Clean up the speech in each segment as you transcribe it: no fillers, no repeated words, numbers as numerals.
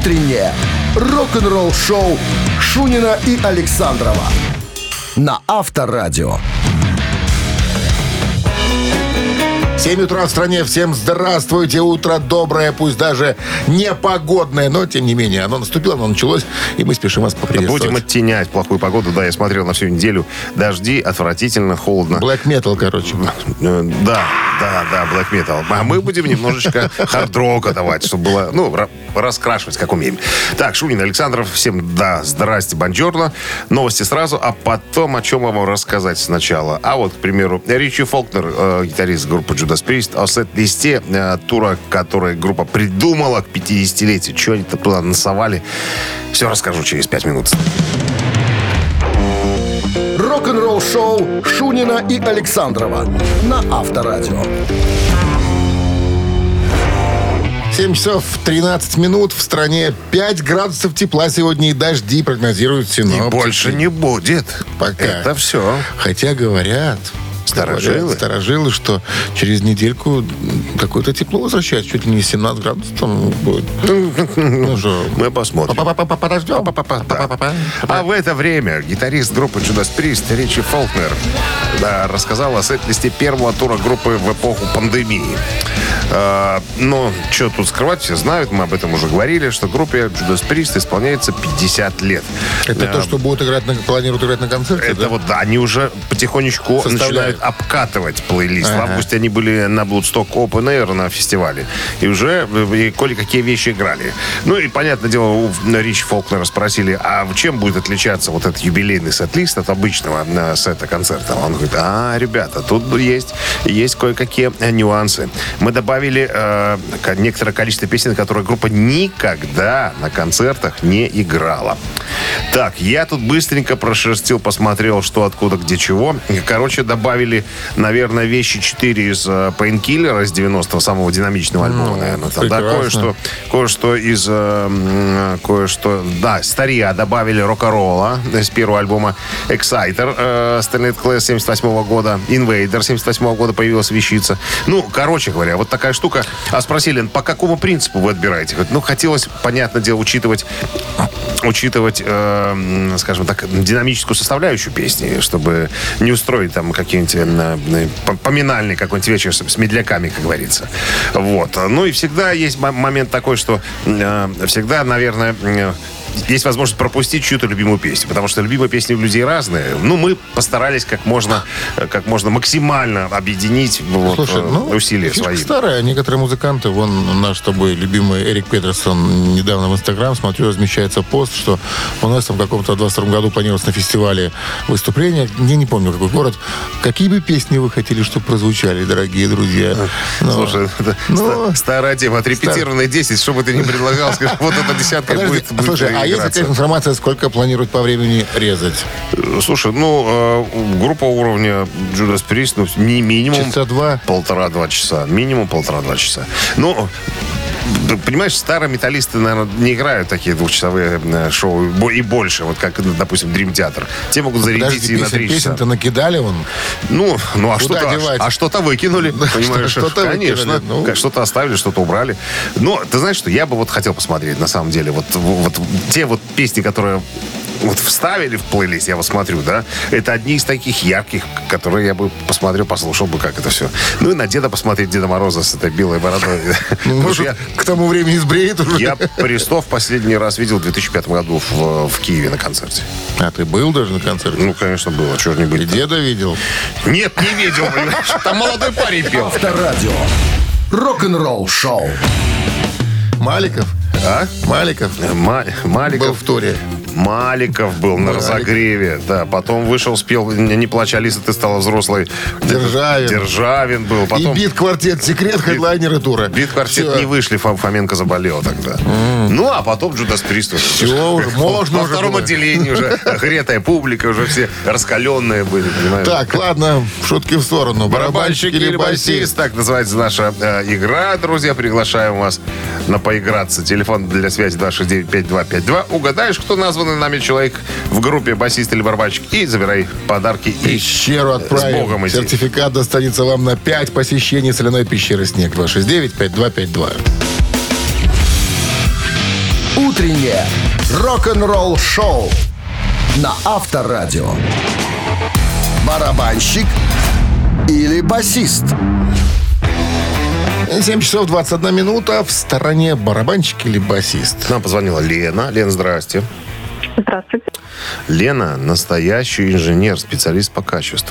утреннее рок-н-ролл-шоу Шунина и Александрова на Авторадио. 7 утра в стране. Всем здравствуйте. Утро доброе, пусть даже непогодное, но, тем не менее, оно наступило, оно началось, и мы спешим вас поприветствовать. Будем оттенять плохую погоду. Да, я смотрел на всю неделю. Дожди, отвратительно, холодно. Black metal, короче. Да, Black metal. А мы будем немножечко хард-рока давать, чтобы было, раскрашивать, как умеем. Так, Шунин, Александров, всем здрасте, бонжорно. Новости сразу, а потом о чем вам рассказать сначала. А вот, к примеру, Ричи Фолкнер, гитарист группы Judas Priest, о сет-листе тура, который группа придумала к 50-летию. Что они туда насовали, все расскажу через 5 минут. Рок-н-ролл-шоу Шунина и Александрова на Авторадио. 7 часов 13 минут. В стране 5 градусов тепла сегодня и дожди прогнозируют синоптики. И больше не будет. Пока. Это все. Хотя говорят... Старожилы, что через недельку какое-то тепло возвращается. Чуть ли не 17 градусов там будет. Мы посмотрим. Подождем. А в это время гитарист группы Judas Priest Ричи Фолкнер рассказал о сет-листе первого тура группы в эпоху пандемии. Но что тут скрывать, все знают, мы об этом уже говорили, что группе Judas Priest исполняется 50 лет. Это то, что планируют играть на концерте? Это они уже потихонечку начинают обкатывать плейлист. В августе они были на Bloodstock Open Air на фестивале. И уже кое-какие вещи играли. Ну и, понятное дело, у Ричи Фолкнера спросили, а чем будет отличаться вот этот юбилейный сет-лист от обычного сета концерта? Он говорит, ребята, тут есть кое-какие нюансы. Мы добавили некоторое количество песен, которые группа никогда на концертах не играла. Так, я тут быстренько прошерстил, посмотрел, что, откуда, где, чего. Короче, добавили, наверное, вещи 4 из Painkiller, из 90-го, самого динамичного альбома, наверное. Там, кое-что из... Стария добавили рок-н-ролла из первого альбома Exciter, Stained Class 78 года, Invader 78 года появилась вещица. Короче говоря, вот такая штука. А спросили, по какому принципу вы отбираете? Говорит, хотелось, понятное дело, учитывать, скажем так, динамическую составляющую песни, чтобы не устроить там какие-нибудь поминальный какой-нибудь вечер с медляками, как говорится. Вот. И всегда есть момент такой, что всегда, наверное, есть возможность пропустить чью-то любимую песню, потому что любимые песни у людей разные. Мы постарались как можно максимально объединить усилия свои. Старые, некоторые музыканты, наш с тобой любимый Эрик Петерсон недавно в Инстаграм, смотрю, размещается пост, что у нас там в каком-то 22 году планировалось на фестивале выступление, я не помню, какой город. Какие бы песни вы хотели, чтобы прозвучали, дорогие друзья? Слушай, старая тема, отрепетированная 10, что бы ты ни предлагал, скажи, вот эта десятка будет. Слушай, а есть какая-то информация, сколько планируют по времени резать? Слушай, группа уровня Judas Priest, минимум... Часа 2? 1,5-2 часа. Минимум 1,5-2 часа. Понимаешь, старые металлисты, наверное, не играют такие двухчасовые шоу и больше, вот как, допустим, Dream Theater. Те могут зарядить и на 3 часа. Песен-то накидали вон. А что-то выкинули, понимаешь? Конечно. Что-то оставили, что-то убрали. Но ты знаешь, что я бы хотел посмотреть, на самом деле, вот те песни, которые вставили в плейлист, я смотрю, да, это одни из таких ярких, которые я бы посмотрел, послушал бы, как это все. И на Деда посмотреть, Деда Мороза с этой белой бородой. Может, к тому времени сбреет уже. Я Престов последний раз видел в 2005 году в Киеве на концерте. А ты был даже на концерте? Конечно, был. А чего же не быть? И Деда видел? Нет, не видел, понимаешь. Там молодой парень пел. Авторадио. Рок-н-ролл шоу. Маликов? Маликов был в туре. Маликов был на разогреве. Да, потом вышел, спел «Не плачь, Алиса, ты стала взрослой». Державин был. Потом... И бит-квартет «Секрет», хедлайнеры тура. Бит-квартет не вышли, Фоменко заболел тогда. А потом Judas Priest. Все, уже можно. Во втором отделении уже гретая публика, уже все раскаленные были, понимаешь? Так, ладно, шутки в сторону. Барабанщик или басист, так называется наша игра. Друзья, приглашаем вас на поиграться. Телефон для связи 269-5252. Угадаешь, кто названный нами человек в группе басист или барабанщик, и забирай подарки. Пещеру отправим. С Богом иди. Сертификат достанется вам на 5 посещений соляной пещеры «Снег». 269-5252. Утреннее рок-н-ролл-шоу на Авторадио. Барабанщик или басист? 7 часов 21 минута. В стороне барабанщик или басист? Нам позвонила Лена. Лена, здрасте. Здравствуйте. Лена настоящий инженер, специалист по качеству.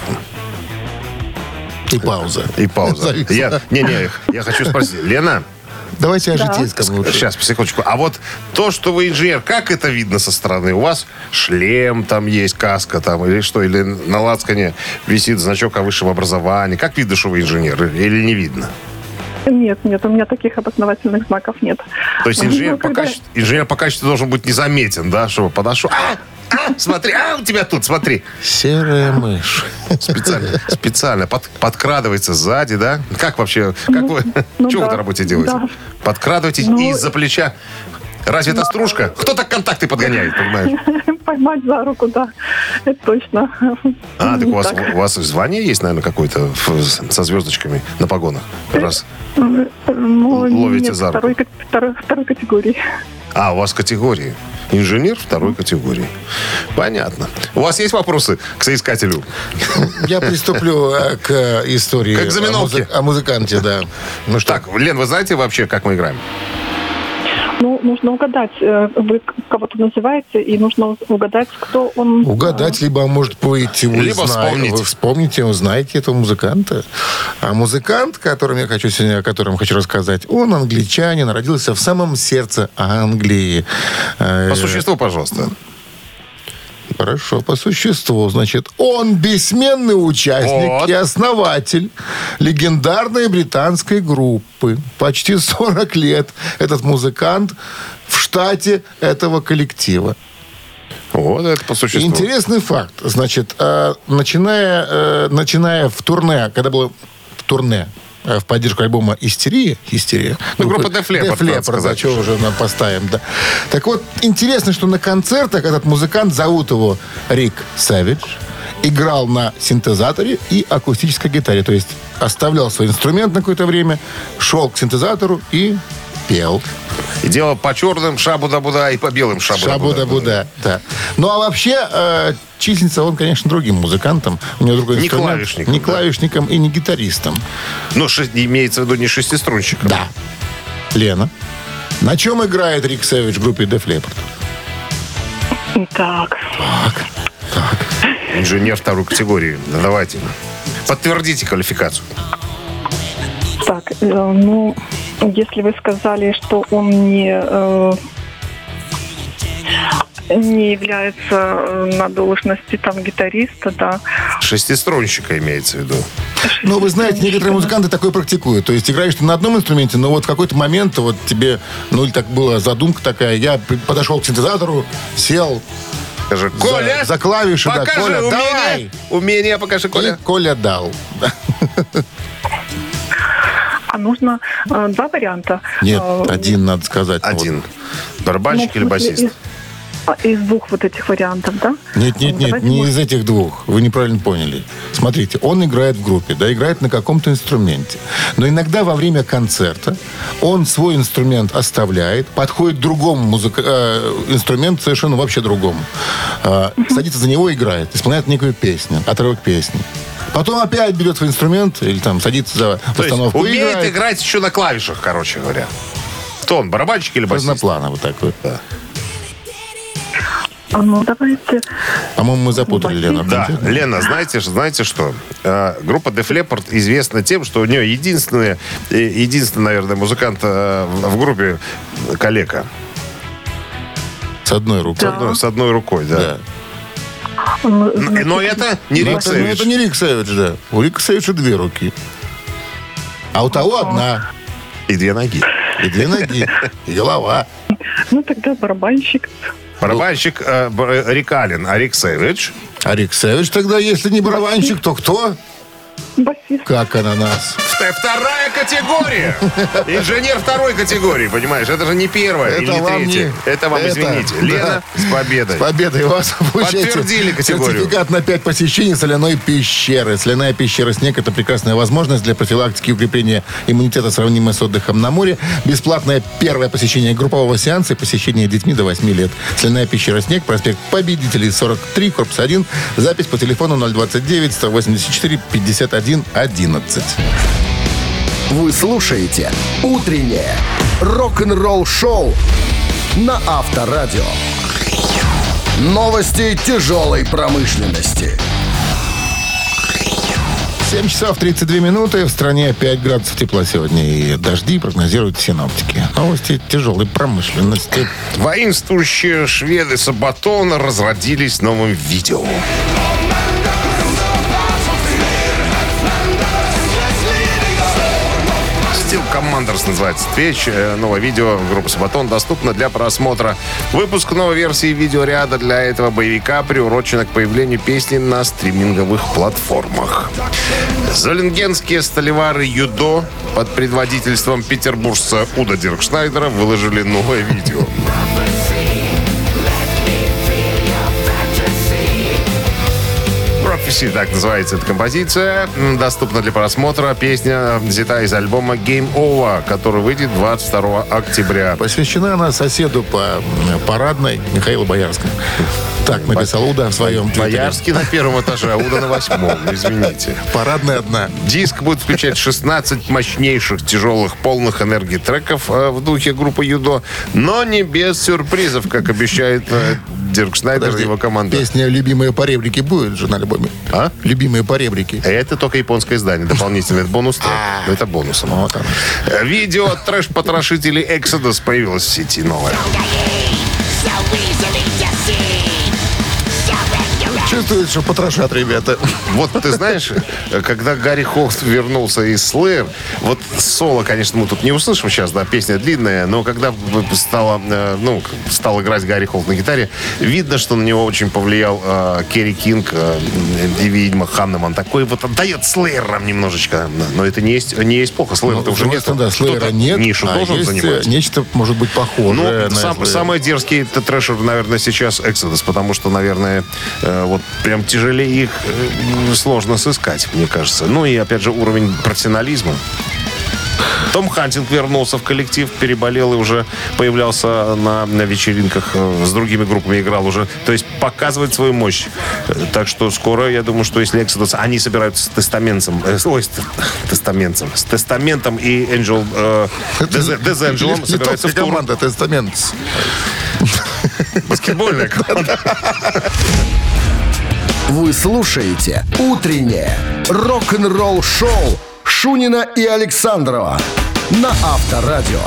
И пауза. И пауза. Я хочу спросить. Лена, давайте о житейском лучше. сейчас, секундочку. А вот то, что вы инженер, как это видно со стороны? У вас шлем там есть, каска там, или что? Или на лацкане висит значок о высшем образовании? Как видно, что вы инженер? Или не видно? Нет, у меня таких опознавательных знаков нет. То есть инженер по качеству должен быть незаметен, да? Чтобы подошел. Смотри, у тебя тут, смотри. Серая мышь. Специально подкрадывается сзади, да? Как вообще, что вы на работе делаете? Да. Подкрадываете из-за плеча. Разве это стружка? Кто так контакты подгоняет, понимаешь? Поймать за руку, да. Это точно. Так у вас звание есть, наверное, какое-то со звездочками на погонах? Раз ловите за руку. Второй категории. У вас категории. Инженер второй категории. Понятно. У вас есть вопросы к соискателю? Я приступлю к истории к экзаменовке. О музыканте, да. Ну что? Так, Лен, вы знаете вообще, как мы играем? Нужно угадать. Вы кого-то называете, и нужно угадать, кто он. Угадать, либо, может быть, вы вспомните, узнаете этого музыканта. А музыкант, о котором хочу рассказать, он англичанин, родился в самом сердце Англии. По существу, пожалуйста. Хорошо, по существу. Значит, он бессменный участник и основатель легендарной британской группы. Почти 40 лет этот музыкант в штате этого коллектива. Вот это по существу. Интересный факт. Значит, начиная в турне, когда было в турне, в поддержку альбома «Истерия». Группа Def Leppard, да, что уже нам поставим, да. Так вот, интересно, что на концертах этот музыкант, зовут его Рик Сэвидж, играл на синтезаторе и акустической гитаре. То есть оставлял свой инструмент на какое-то время, шел к синтезатору и пел. И делал по черным шабу-да-буда и по белым шабу-да-буда. Да. Ну, а вообще, числится он, конечно, другим музыкантом. У него другой инструмент. Клавишником. Не клавишником и не гитаристом. Но имеется в виду не шестиструнщиком. Да. Лена, на чем играет Рик Сэвидж в группе Def Leppard? Так. Инженер второй категории. Давайте. Подтвердите квалификацию. Так, если вы сказали, что он не является на должности там гитариста, да. Шестиструнщика имеется в виду. Ну, вы знаете, некоторые музыканты такое практикуют. То есть играешь ты на одном инструменте, но вот в какой-то момент вот тебе, или так была задумка такая, я подошел к синтезатору, сел, скажи, Коля, за клавиши, покажи, Коля, умение, давай. Умение покажи, Коля. И Коля дал. А нужно два варианта? Нет, один надо сказать. Один. Барабанщик или басист? Из двух вот этих вариантов, да? Нет, не из этих двух. Вы неправильно поняли. Смотрите, он играет в группе, да, играет на каком-то инструменте. Но иногда во время концерта он свой инструмент оставляет, подходит к другому инструменту, совершенно вообще другому. Садится за него и играет, исполняет некую песню, отрывок песни. Потом опять берет свой инструмент или там садится за постановку. То есть умеет играть еще на клавишах, короче говоря. Кто он, барабанщик или басист? Разнопланово такой. Да. Давайте. По-моему, мы запутали Лену. Да, Лена, знаете что? Группа Def Leppard известна тем, что у нее единственный, наверное, музыкант в группе калека. С одной рукой. С одной рукой, да. Но это не Рик Сэвидж. Это не Рик Сэвидж, да. У Рика Сэвиджа две руки. А у того одна. И две ноги. И голова. Тогда барабанщик. Барабанщик Рик Аллен, а Рик Сэвидж? А Рик Сэвидж тогда, если не барабанщик, то кто? Басист. Как ананас. Вторая категория. Инженер второй категории, понимаешь? Это же не первая или третья. Это вам, извините. Лена, с победой. С победой вас получаете. Подтвердили категорию. Сертификат на 5 посещений соляной пещеры. Соляная пещера «Снег» — это прекрасная возможность для профилактики и укрепления иммунитета, сравнимая с отдыхом на море. Бесплатное первое посещение группового сеанса и посещение детьми до 8 лет. Соляная пещера «Снег», проспект Победителей, 43, корпус 1. Запись по телефону 029-184-51-11. Вы слушаете «Утреннее рок-н-ролл-шоу» на Авторадио. Новости тяжелой промышленности. 7 часов 32 минуты. В стране 5 градусов тепла сегодня. И дожди прогнозируют синоптики. Новости тяжелой промышленности. Воинствующие шведы Сабатон разродились новым видео. Steel Commanders называется вещь. Новое видео группы Сабатон доступно для просмотра. Выпуск новой версии видеоряда для этого боевика приурочен к появлению песни на стриминговых платформах. Золингенские столевары Юдо под предводительством петербуржца Уда Диркшнайдера выложили новое видео. Prophecy, так называется эта композиция. Доступна для просмотра. Песня взята из альбома Game Over, который выйдет 22 октября. Посвящена она соседу по парадной Михаилу Боярскому. Так написал Уда в своем твиттере. Боярский на первом этаже, а Уда на 8-м. Извините. Парадная одна. Диск будет включать 16 мощнейших, тяжелых, полных энергии треков в духе группы Юдо, но не без сюрпризов, как обещает Диркшнайдер и его команда. Песня «Любимые поребрики» будет же на альбоме? А? «Любимые поребрики». Это только японское издание. Дополнительный бонус. Это бонусом. Вот оно. Видео от трэш-потрошителей Exodus появилось в сети новое. Чувствуют, что потрошат ребята. Вот ты знаешь, когда Гарри Холт вернулся из Slayer, вот соло, конечно, мы тут не услышим сейчас, да, песня длинная, но когда стал играть Гарри Холт на гитаре, видно, что на него очень повлиял Керри Кинг и, видимо, Ханнеман. Такой вот отдает Slayer немножечко. Но это не есть плохо. Slayer-то уже нет. Да, Slayer нет, нишу должен есть занимать. Нечто, может быть, похожее. Самый дерзкий трэшер, наверное, сейчас Exodus, потому что, наверное, вот прям тяжелее их сложно сыскать, мне кажется. Ну и, опять же, уровень профессионализма. Том Хантинг вернулся в коллектив, переболел и уже появлялся на вечеринках, с другими группами играл уже. То есть показывает свою мощь. Так что скоро, я думаю, что если Exodus, они собираются с Тестаментом и Angel, Death собираются в тур. Команда Тестамент. Баскетбольная команда. Вы слушаете «Утреннее рок-н-ролл-шоу» Шунина и Александрова на Авторадио.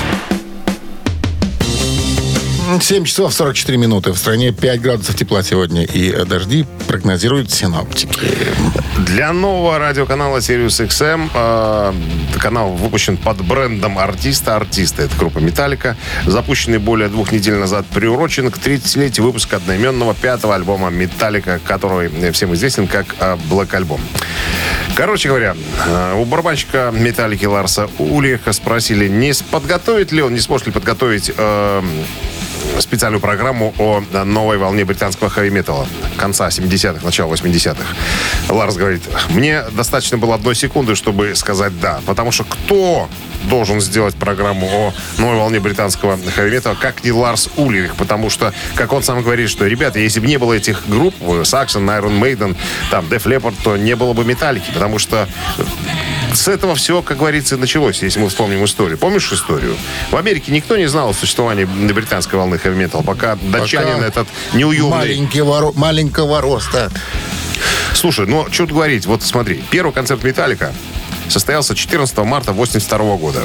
7 часов 44 минуты. В стране 5 градусов тепла сегодня. И дожди прогнозируют синоптики. Для нового радиоканала Sirius XM канал выпущен под брендом артиста. Артисты — это группа Metallica. Запущенный более 2 недель назад, приурочен к 30-летию выпуска одноименного 5-го альбома Metallica, который всем известен как Black Album. Короче говоря, у барабанщика Металлики Ларса Ульриха спросили, не сможет ли подготовить специальную программу о новой волне британского хэви-металла конца 70-х, начала 80-х. Ларс говорит, мне достаточно было 1 секунды, чтобы сказать «да». Потому что кто должен сделать программу о новой волне британского хэви-металла, как не Ларс Ульрих? Потому что, как он сам говорит, что, ребята, если бы не было этих групп, Saxon, Iron Maiden, там, Def Leppard, то не было бы Металлики. Потому что с этого все, как говорится, началось, если мы вспомним историю. Помнишь историю? В Америке никто не знал о существовании британской волны хэви-металла, пока датчанин этот неуемный... Маленького роста. Слушай, ну, что тут говорить? Вот смотри, первый концерт Металлика состоялся 14 марта 1982 года.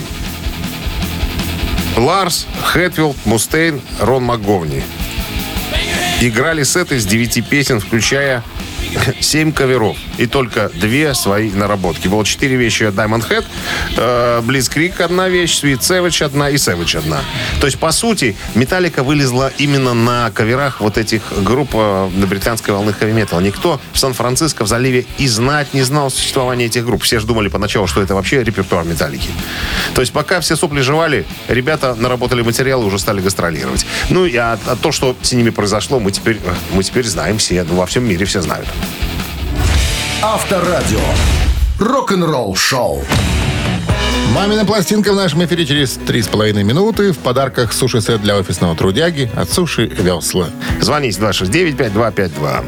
Ларс, Хэтфилд, Мустейн, Рон МакГовни играли сеты из 9 песен, включая 7 каверов. и только 2 свои наработки. Было 4 вещи Diamond Head, Blitzkrieg одна вещь, Sweet Savage одна и Savage одна. То есть, по сути, Metallica вылезла именно на каверах вот этих групп на британской волны хэви-металла. Никто в Сан-Франциско, в заливе и знать не знал существования этих групп. Все же думали поначалу, что это вообще репертуар Металлики. То есть, пока все сопли жевали, ребята наработали материалы и уже стали гастролировать. Ну, и то, что с ними произошло, мы теперь знаем все. Во всем мире все знают. Авторадио. Рок-н-ролл шоу. «Мамина пластинка» в нашем эфире через 3,5 минуты. В подарках суши-сет для офисного трудяги от «Суши Весла». Звоните 269-5252.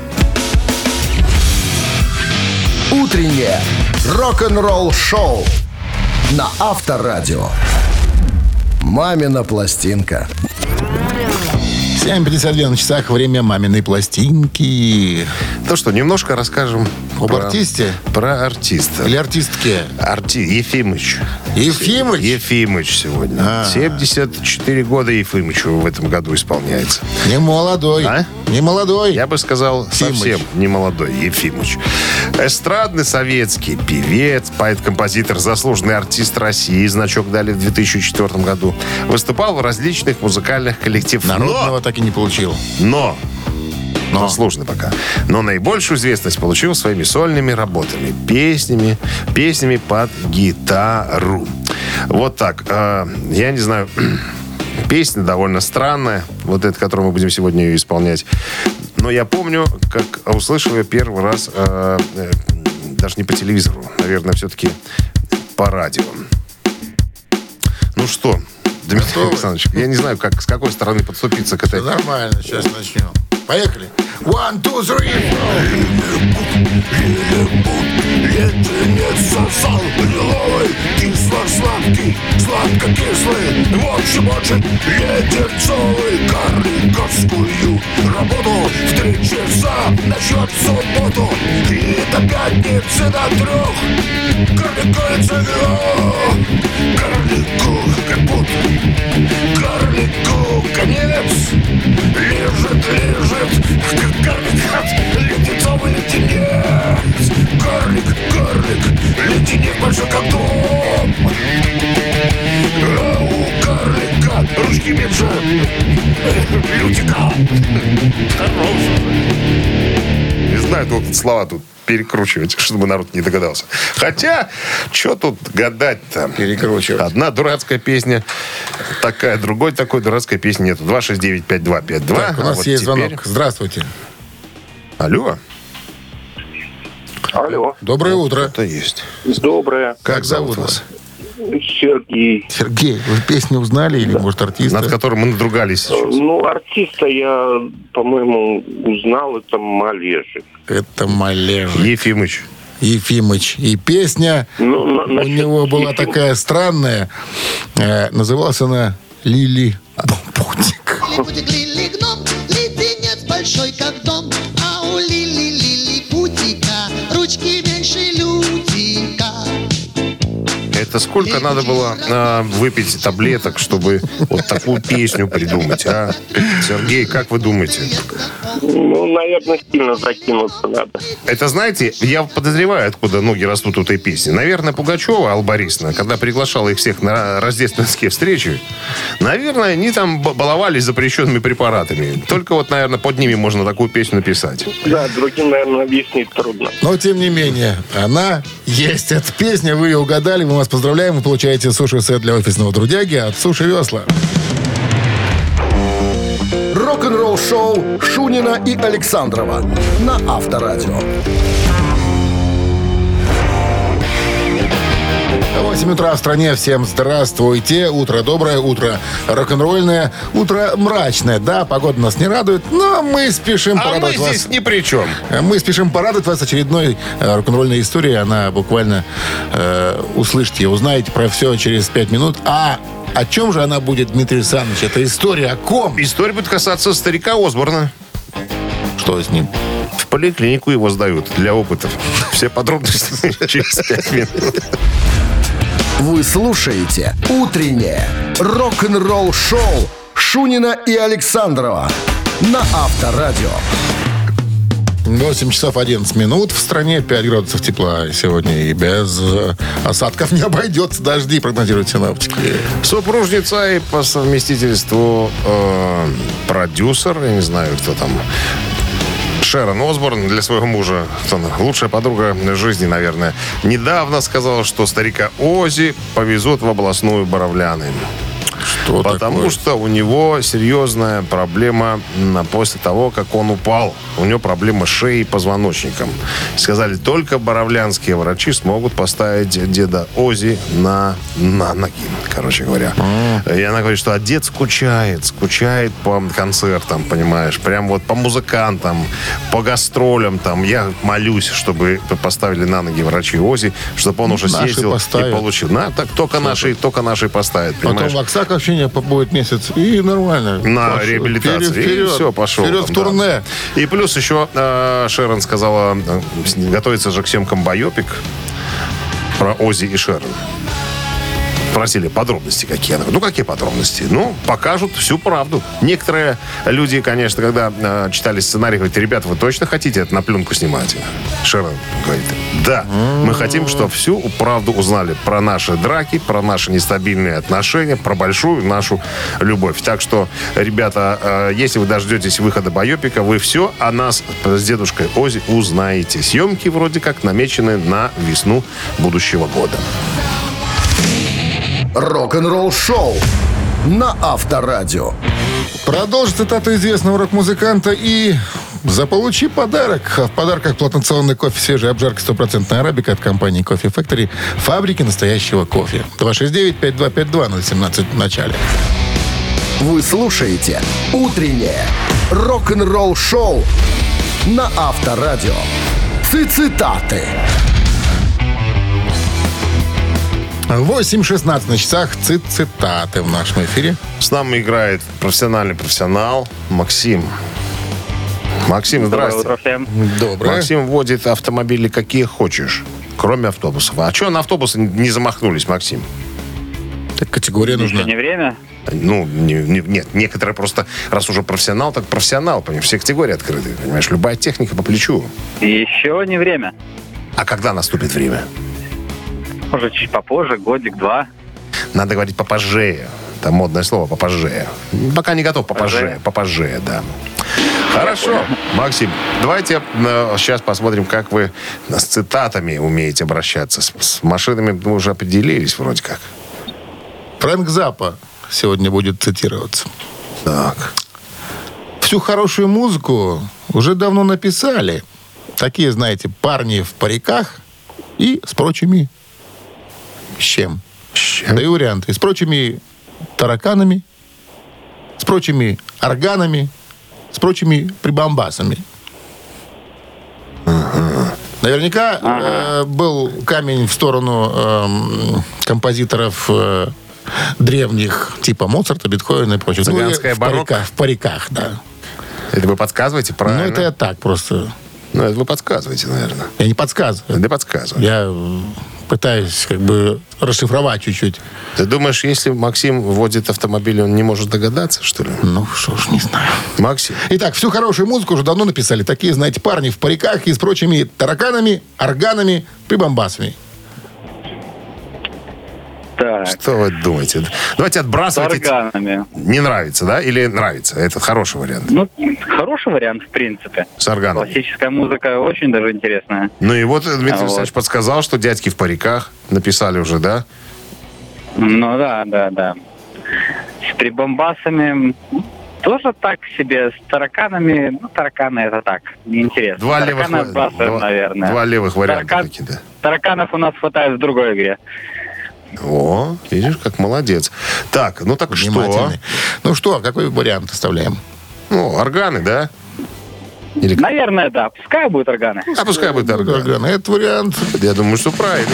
Утреннее рок-н-ролл шоу на Авторадио. «Мамина пластинка». 7:52 на часах. Время «Маминой пластинки». То что, немножко расскажем об артисте? Про артиста. Или артистке? Ефимыч. Ефимыч? Ефимыч сегодня. 74 года Ефимычу в этом году исполняется. Не молодой. А? Не молодой. Я бы сказал, совсем не молодой Ефимыч. Эстрадный советский певец, поэт-композитор, заслуженный артист России. Значок дали в 2004 году. Выступал в различных музыкальных коллективах. Народного так и не получил. Но заслуженный пока. Но наибольшую известность получил своими сольными работами, песнями под гитару. Вот так. Я не знаю, песня довольно странная, вот эта, которую мы будем сегодня ее исполнять. Но я помню, как услышал ее первый раз, даже не по телевизору, наверное, все-таки по радио. Ну что, Дмитрий Александрович, я не знаю, с какой стороны подступиться к этой... Нормально, сейчас начнем. Поехали. 1, 2, 3. Леденец сосал лиловый, кисло-сладкий, сладко-кислый. В общем, очень леденцовый. Карликовскую работу в 3 часа насчет субботу. И до пятницы до 3. Карликовица карлику капут. Карлику конец. Лежит карлик, леденцовый леденец. Карлик, леденец большой как дом. А у карлика ручки меньше лютика. Не знаю, только слова тут перекручивать, чтобы народ не догадался. Хотя, что тут гадать-то? Перекручивать. Одна дурацкая песня такая, другой такой дурацкой песни нету. 269-5252. Так, у нас вот есть теперь... звонок. Здравствуйте. Алло. Алло. Доброе утро. Это есть. Доброе. Как зовут вас? Сергей. Сергей, вы песню узнали или, может, артиста? Над которым мы надругались сейчас. Ну, артиста я, по-моему, узнал. Это Малежик. Это Малежик. Ефимыч. Ефимыч. И песня у него была такая странная. Называлась она «Лили Бутик». Лили гном, леденец большой как дом, а у Лили Бутика ручки меньше лютика. Это сколько надо было выпить таблеток, чтобы вот такую песню придумать, а? Сергей, как вы думаете? Ну, наверное, сильно закинуться надо. Это, знаете, я подозреваю, откуда ноги растут у этой песни. Наверное, Пугачева, Алла Борисовна, когда приглашала их всех на рождественские встречи, наверное, они там баловались запрещенными препаратами. Только вот, наверное, под ними можно такую песню написать. Да, другим, наверное, объяснить трудно. Но, тем не менее, она есть. Эта песня, вы ее угадали. Мы вас поздравляем. Вы получаете суши-сет для офисного трудяги от «Суши Весла». Рок-н-ролл шоу Шунина и Александрова на Авторадио. 8 утра в стране. Всем здравствуйте. Утро доброе, утро рок-н-ролльное, утро мрачное. Да, погода нас не радует, но мы спешим порадовать вас. здесь ни при чем. Мы спешим порадовать вас очередной рок-н-ролльной историей. Она буквально услышите, узнаете про все через 5 минут. А о чем же она будет, Дмитрий Александрович? Это история о ком? История будет касаться старика Осборна. Что с ним? В поликлинику его сдают для опытов. Все подробности через 5 минут. Вы слушаете «Утреннее рок-н-ролл-шоу» Шунина и Александрова на Авторадио. 8 часов 11 минут. В стране 5 градусов тепла сегодня. И без осадков не обойдется. Дожди прогнозируют синоптики. Супружница и по совместительству продюсер, я не знаю, кто там, Шерон Осборн для своего мужа, лучшая подруга жизни, наверное, недавно сказала, что старика Оззи повезут в областную Боровляны. Что Потому такое? что у него серьезная проблема после того, как он упал. У него проблема с шеей и позвоночником. Сказали, только боровлянские врачи смогут поставить деда Оззи на ноги, короче говоря. И она говорит, что дед скучает по концертам, понимаешь, прям вот по музыкантам, по гастролям там. Я молюсь, чтобы поставили на ноги врачи Оззи, чтобы он уже Наши съездил поставят. и получил. Так только наши поставят, понимаешь? Потом в Оксак вообще побудет месяц, и нормально. На Пошел. реабилитацию. Вперед, И все, пошел. Вперед там, в турне. да. И плюс еще Шерон сказала, готовится же к съемкам байопик про Оззи и Шерон. Спросили, подробности какие? Она говорит, какие подробности? Покажут всю правду. Некоторые люди, конечно, когда читали сценарий, говорят, ребята, вы точно хотите это на пленку снимать? Шерон говорит, да, мы хотим, чтобы всю правду узнали про наши драки, про наши нестабильные отношения, про большую нашу любовь. Так что, ребята, если вы дождетесь выхода байопика, вы все о нас с дедушкой Оззи узнаете. Съемки вроде как намечены на весну будущего года. Рок-н-ролл шоу на Авторадио. Продолжи цитату известного рок-музыканта и заполучи подарок. В подарках плантационный кофе, свежая обжарка 100% арабика от компании Coffee Factory, фабрики настоящего кофе. 269-5252-017 в начале. Вы слушаете «Утреннее рок-н-ролл шоу» на Авторадио. Цитаты. 8:16 на часах. Цитаты в нашем эфире. С нами играет профессиональный профессионал Максим. Максим, здрасте. Доброе утро всем. Доброе. Максим водит автомобили какие хочешь, кроме автобусов. А что на автобусы не замахнулись, Максим? Так категория нужна. Еще не время. Нет, некоторые просто, раз уже профессионал, так профессионал, понимаешь, все категории открыты, понимаешь, любая техника по плечу. Еще не время. А когда наступит время? Может, чуть попозже, годик-два. Надо говорить попозже. Там модное слово попозже. Пока не готов попозже, да. Хорошо, Максим, давайте сейчас посмотрим, как вы с цитатами умеете обращаться. С машинами мы уже определились вроде как. Фрэнк Заппа сегодня будет цитироваться. Так. Всю хорошую музыку уже давно написали. Такие, знаете, парни в париках и с прочими... С чем? Даю варианты. С прочими тараканами, с прочими органами, с прочими прибамбасами. Наверняка был камень в сторону композиторов древних, типа Моцарта, Бетховена и прочее. Цыганская барокко. В париках, да. Это вы подсказываете, правильно? Ну, это я так просто. Это вы подсказываете, наверное. Я не подсказываю. Да подсказываю. Я пытаюсь как бы расшифровать чуть-чуть. Ты думаешь, если Максим водит автомобиль, он не может догадаться, что ли? Ну, что ж, не знаю. Максим. Итак, всю хорошую музыку уже давно написали. Такие, знаете, парни в париках и с прочими тараканами, органами, прибамбасами. Так. Что вы думаете? Давайте С отбрасывать. органами. Не нравится, да? Или нравится? Это хороший вариант. Хороший вариант, в принципе. С органом. Классическая музыка очень даже интересная. Ну и вот Дмитрий Вот. Александрович подсказал, что дядьки в париках написали уже, да? Ну да. С прибамбасами тоже так себе. С тараканами, тараканы это так, неинтересно. Два Тараканы левых, отбрасываем, наверное. два левых варианта такие, да. Тараканов у нас хватает в другой игре. О, видишь, как молодец. Так, ну так что? Внимательный. Ну что, какой вариант оставляем? Ну, органы, да? Или... Наверное, да. Пускай будут органы. А пускай будет органы. Органы. Этот вариант. Я думаю, что правильно.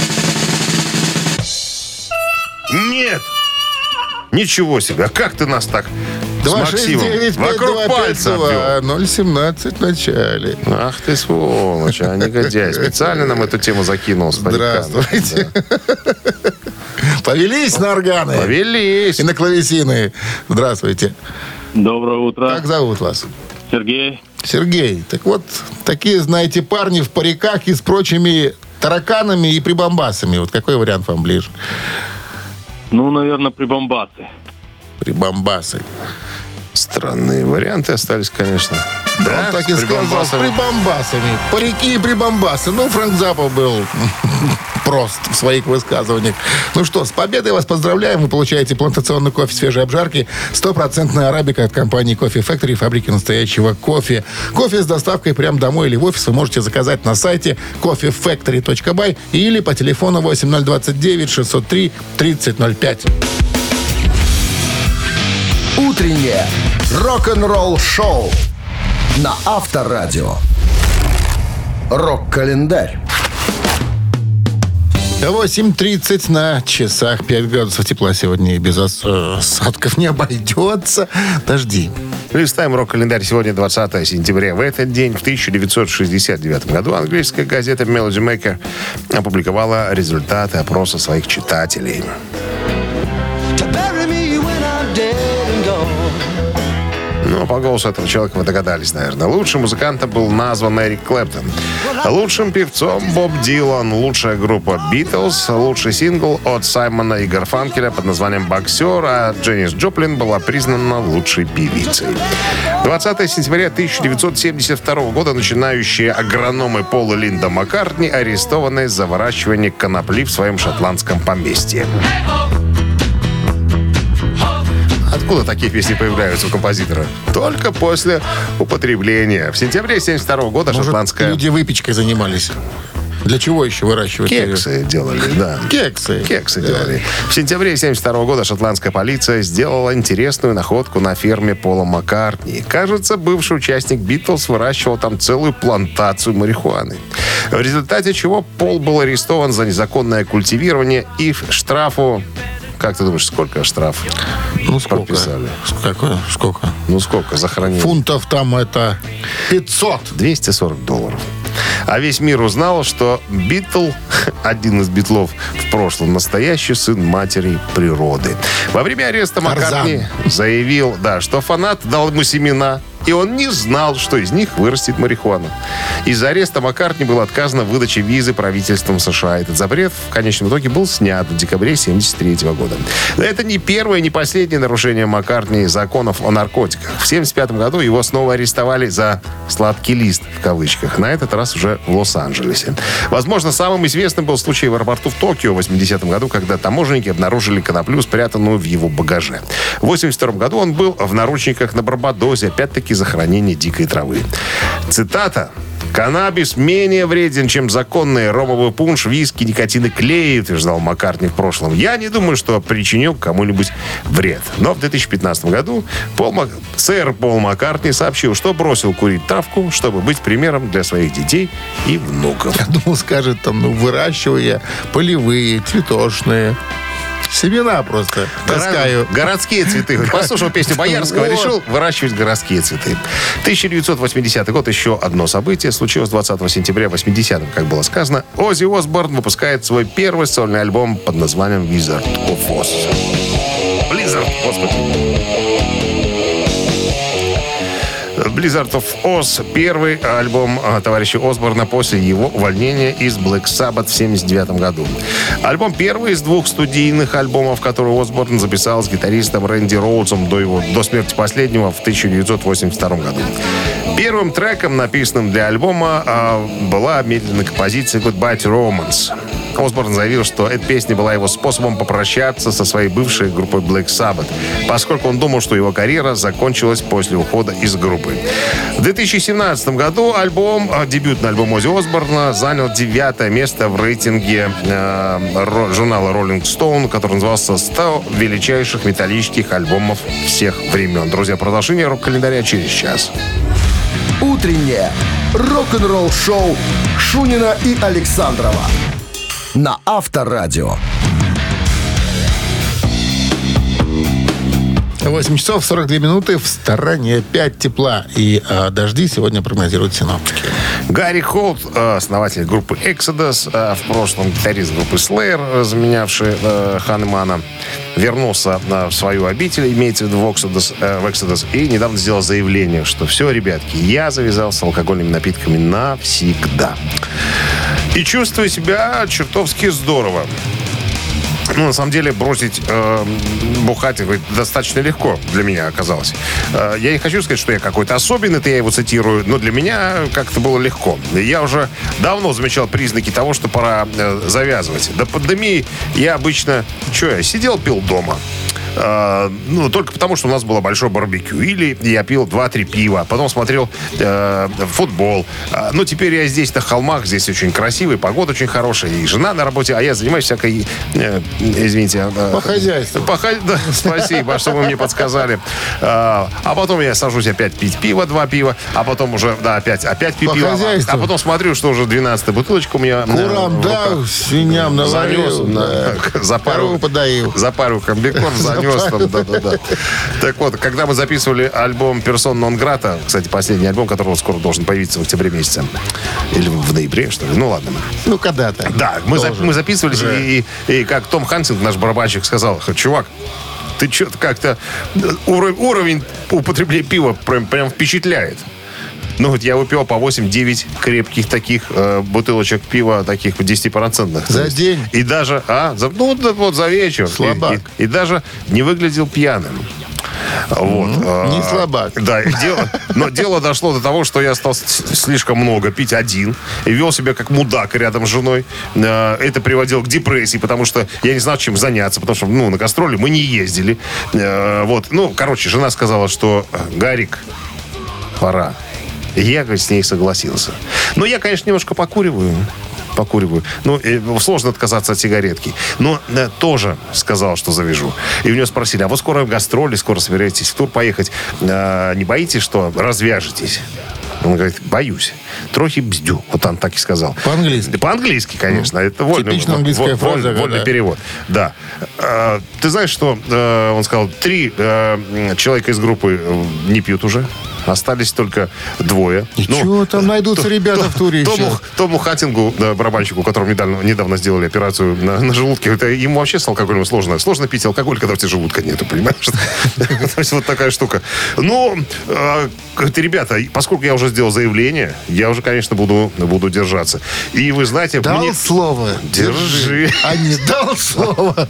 Нет! Ничего себе. А как ты нас так с Максимом вокруг пальца обвел? 017 в начале. Ах ты сволочь, а негодяй. Специально нам эту тему закинул. С париками. Здравствуйте. Повелись на органы. Повелись. И на клавесины. Здравствуйте. Доброе утро. Как зовут вас? Сергей. Сергей, так вот, такие, знаете, парни в париках и с прочими тараканами и прибамбасами. Вот какой вариант вам ближе? Ну, наверное, прибамбасы. Прибамбасы. Странные варианты остались, конечно. Да, он так и сказал, с прибамбасами. Парики и прибамбасы. Ну, Фрэнк Заппа был прост в своих высказываниях. Ну что, с победой вас поздравляем. Вы получаете плантационный кофе свежей обжарки. 100% арабика от компании Coffee Factory, фабрики настоящего кофе. Кофе с доставкой прямо домой или в офис вы можете заказать на сайте coffeefactory.by или по телефону 8029 603 3005. Утреннее рок-н-ролл-шоу на Авторадио. Рок-календарь. 8:30 на часах. 5 градусов тепла сегодня и без осадков не обойдется. Дожди. Листаем рок-календарь. Сегодня 20 сентября. В этот день, в 1969 году, английская газета Melody Maker опубликовала результаты опроса своих читателей. Ну, по голосу этого человека вы догадались, наверное. Лучшим музыкантом был назван Эрик Клэптон. Лучшим певцом Боб Дилан. Лучшая группа Битлз. Лучший сингл от Саймона и Гарфанкеля под названием «Боксер». А Дженнис Джоплин была признана лучшей певицей. 20 сентября 1972 года начинающие агрономы Пол и Линда Маккартни арестованы за выращивание конопли в своем шотландском поместье. Откуда такие песни появляются у композитора? Только после употребления. В сентябре 1972 года шотландская... люди выпечкой занимались. Для чего еще выращивать? Кексы делали, да. Кексы делали. В сентябре 1972 года шотландская полиция сделала интересную находку на ферме Пола Маккартни. Кажется, бывший участник Битлз выращивал там целую плантацию марихуаны. В результате чего Пол был арестован за незаконное культивирование и штрафу... Как ты думаешь, сколько штраф? Ну, сколько? Подписали? Сколько? Ну, сколько за хранение? Фунтов там это 500. $240. А весь мир узнал, что Битл, один из битлов в прошлом, настоящий сын матери природы. Во время ареста Маккартни заявил, что фанат дал ему семена, и он не знал, что из них вырастет марихуана. Из-за ареста Маккартни было отказано в выдаче визы правительством США. Этот запрет в конечном итоге был снят в декабре 1973 года. Но это не первое, не последнее нарушение Маккартни законов о наркотиках. В 1975 году его снова арестовали за «сладкий лист», в кавычках. На этот раз уже в Лос-Анджелесе. Возможно, самым известным был случай в аэропорту в Токио в 1980 году, когда таможенники обнаружили коноплю, спрятанную в его багаже. В 1982 году он был в наручниках на Барбадосе, опять-таки за хранение дикой травы. Цитата. «Каннабис менее вреден, чем законный ромовый пунш, виски, никотин и клей», утверждал Маккартни в прошлом. «Я не думаю, что причиню кому-нибудь вред». Но в 2015 году сэр Пол Маккартни сообщил, что бросил курить травку, чтобы быть примером для своих детей и внуков. Я думал, скажет выращивая полевые, цветочные. Семена просто таскаю. Городские цветы. Послушал песню Боярского, решил выращивать городские цветы. 1980 год, еще одно событие случилось 20 сентября 80-м, как было сказано. Оззи Осборн выпускает свой первый сольный альбом под названием Wizard of Oz. Blizzard, господи. Blizzard of Oz — первый альбом товарища Осборна после его увольнения из Black Sabbath в 1979 году. Альбом первый из двух студийных альбомов, которые Осборн записал с гитаристом Рэнди Роудсом до смерти последнего в 1982 году. Первым треком, написанным для альбома, была медленная композиция «Goodbye to Romance». Осборн заявил, что эта песня была его способом попрощаться со своей бывшей группой Black Sabbath, поскольку он думал, что его карьера закончилась после ухода из группы. В 2017 году дебютный альбом Оззи Осборна занял 9 место в рейтинге журнала Rolling Stone, который назывался «100 величайших металлических альбомов всех времен». Друзья, продолжение рок-календаря через час. Утреннее рок-н-ролл-шоу Шунина и Александрова на Авторадио. 8 часов 42 минуты. В стороне 5 тепла. И дожди сегодня прогнозируют синоптики. Гарри Холт, основатель группы Exodus, в прошлом гитарист группы Slayer, заменявший Ханемана, вернулся в свою обитель, имеется в виду в Exodus, и недавно сделал заявление, что все, ребятки, я завязал с алкогольными напитками навсегда. И чувствую себя чертовски здорово. Ну, на самом деле, бросить бухать достаточно легко для меня оказалось. Я не хочу сказать, что я какой-то особенный, это я его цитирую, но для меня как-то было легко. Я уже давно замечал признаки того, что пора завязывать. До пандемии я обычно, я сидел, пил дома. Только потому, что у нас было большое барбекю. Или я пил 2-3 пива, потом смотрел футбол. Теперь я здесь на холмах, здесь очень красивый, погода очень хорошая, и жена на работе, а я занимаюсь всякой, извините... По хозяйству. Да, спасибо, что вы мне подсказали. А потом я сажусь опять пить пиво, 2 пива, а потом уже, опять пить пиво. А потом смотрю, что уже 12-я бутылочка у меня... Курам дал, свиням наварил, корову подоил. Запарил комбикорм, занес. Да. Так вот, когда мы записывали альбом «Персон нон грата», кстати, последний альбом, который скоро должен появиться в октябре месяце, или в ноябре, что ли, ладно. Когда-то. Да, мы записывались, и как Том Хансинг, наш барабанщик, сказал: чувак, ты что-то как-то... Уровень употребления пива прям впечатляет. Я выпил по 8-9 крепких таких бутылочек пива, таких 10%. За день? И даже, за вечер. Слабак. И даже не выглядел пьяным. Не слабак. Да, но дело дошло до того, что я стал слишком много пить один и вел себя как мудак рядом с женой. Это приводило к депрессии, потому что я не знал, чем заняться, потому что на гастроли мы не ездили. Жена сказала, что Гарик, пора. Я, с ней согласился. Но я, конечно, немножко покуриваю. Сложно отказаться от сигаретки. Но тоже сказал, что завяжу. И у него спросили: а вот скоро гастроли, скоро собираетесь в тур поехать. Не боитесь, что развяжетесь? Он говорит: боюсь. Трохи бздю. Вот он так и сказал. По-английски? По-английски, конечно. Это вольный перевод. Да. Ты знаешь, что он сказал? 3 человека из группы не пьют уже. Остались только 2. Чего там найдутся ребята в туре еще? Тому Хаттингу, барабанщику, которому недавно сделали операцию на желудке, ему вообще с алкоголем сложно. Сложно пить алкоголь, когда у тебя желудка нету, понимаешь? То есть вот такая штука. Ребята, поскольку я уже сделал заявление, я уже, конечно, буду держаться. И вы знаете... Дал слово. Держи. А не дал слово.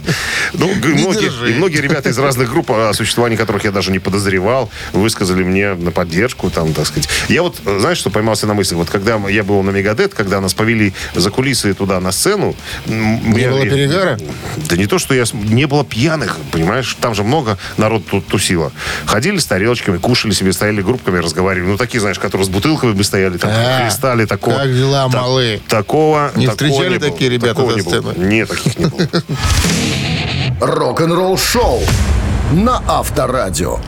Многие ребята из разных групп, о существовании которых я даже не подозревал, высказали мне на поддержку, так сказать. Я знаешь, что поймался на мысли? Когда я был на Мегадет, когда нас повели за кулисы туда на сцену... Не было перегара? Да не то, что не было пьяных, понимаешь? Там же много народ тут тусило. Ходили с тарелочками, кушали себе, стояли группками, разговаривали. Такие, знаешь, которые с бутылками бы стояли, хлестали, такого... Как дела, малые? Такого не встречали не такие ребята за сценой? Нет, таких не было. Рок-н-ролл шоу на Авторадио.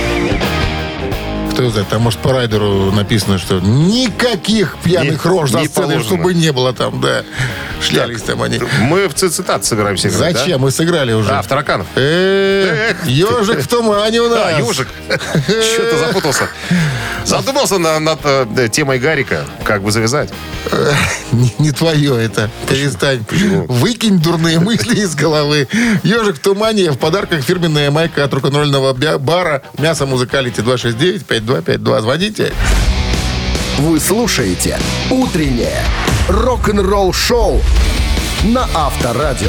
Кто знает, там, может, по райдеру написано, что никаких пьяных рож за сценой, чтобы не было там, да. Шлялись там они. Мы в цитат собираемся играть. Зачем? Мы сыграли уже. В тараканов. Ежик в тумане у нас. Ежик. Что-то запутался. Задумался над темой Гарика. Как бы завязать? Не твое это. Перестань. Выкинь дурные мысли из головы. Ежик в тумане. В подарках фирменная майка от рок-н-ролльного бара «Мясо Музыкалити». 269-5252. Звоните. Вы слушаете «Утреннее рок-н-ролл-шоу» на Авторадио.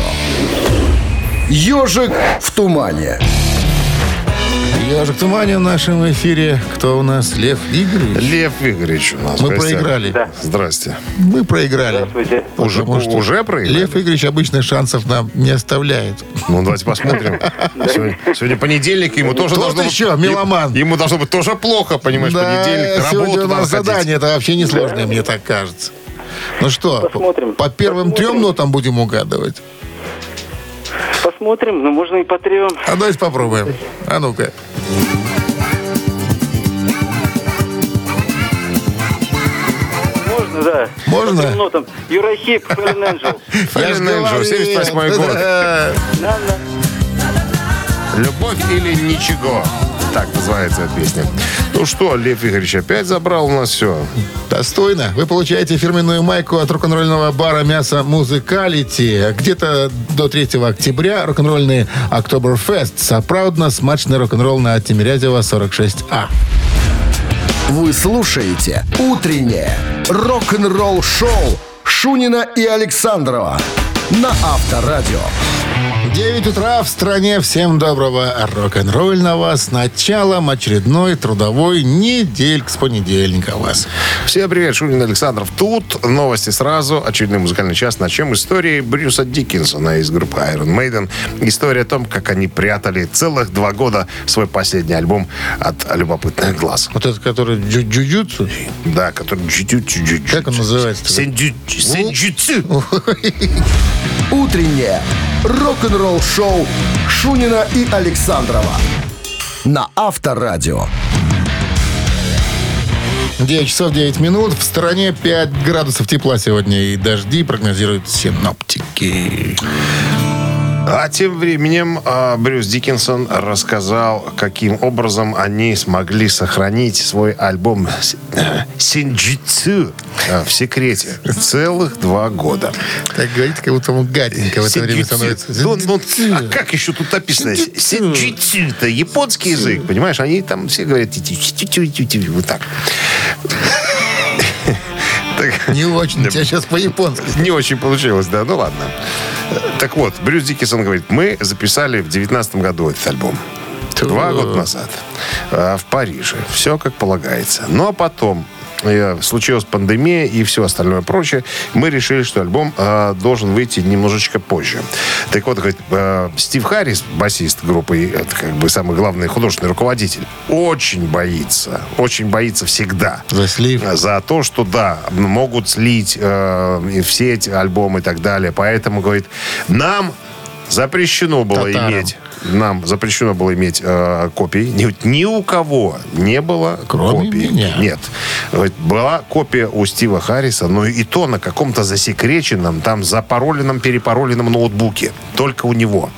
«Ежик в тумане». «Ежик в тумане» в нашем эфире. Кто у нас? Лев Игоревич. Лев Игоревич у нас. Мы проиграли. Да. Здрасте. Мы проиграли. Здравствуйте. Уже проиграли? Лев Игоревич обычно шансов нам не оставляет. Давайте посмотрим. Сегодня понедельник, ему тоже должно быть... еще, меломан. Ему должно быть тоже плохо, понимаешь, понедельник, работу сегодня у нас надо задание, ходить. это вообще несложное, мне так кажется. Ну что, Посмотрим. по первым 3 нотам будем угадывать? Посмотрим, можно и по 3. А давайте попробуем. А ну-ка. Можно, да. Можно? По 3 нотам. Юрахип, Fallen Angel. Fallen Angel, 78-й год. Любовь или ничего. Так называется эта песня. Ну что, Лев Игоревич опять забрал у нас все. Достойно. Вы получаете фирменную майку от рок-н-ролльного бара «Мясо Музыкалити». Где-то до 3 октября рок-н-ролльный Октоберфест. Соправдно смачный рок-н-ролл на Тимирязева, 46А. Вы слушаете «Утреннее рок-н-ролл-шоу» Шунина и Александрова на Авторадио. 9 утра в стране. Всем доброго рок-н-ролльного с началом очередной трудовой недельки с понедельника у вас. Всем привет, Шунин Александров. Тут новости сразу. Очередной музыкальный час. Начнем истории Брюса Диккинсона из группы Iron Maiden. История о том, как они прятали целых 2 года свой последний альбом от любопытных глаз. Вот этот, который джуджутсу? Да, который джуджутсу. Как он называется? Сенджутсу. Утреннее рок-н-ролл-шоу Шунина и Александрова на Авторадио. 9 часов 9 минут. В стране 5 градусов тепла сегодня и дожди прогнозируют синоптики. А тем временем Брюс Диккинсон рассказал, каким образом они смогли сохранить свой альбом «Синджитсу» в секрете целых 2 года. Так говорит, как будто ему гаденько в это время становится. А как еще тут написано? «Синджитсу» — это японский язык, понимаешь? Они там все говорят вот так. Не очень. У тебя сейчас по-японски. Не очень получилось, да. Ну ладно. Так вот, Брюс Диккинсон говорит, мы записали в 2019 году этот альбом. 2 года назад. В Париже. Все как полагается. Но потом случилась пандемия и все остальное прочее. Мы решили, что альбом должен выйти немножечко позже. Так вот, говорит, Стив Харрис, басист группы, это как бы самый главный художественный руководитель, очень боится всегда. За слив? За то, что, да, могут слить все эти альбомы и так далее. Поэтому, говорит, нам запрещено было иметь копий. Ни у кого не было кроме копий. Меня. Нет. Была копия у Стива Харриса, но и то на каком-то засекреченном, там запароленном, перепароленном ноутбуке. Только у него.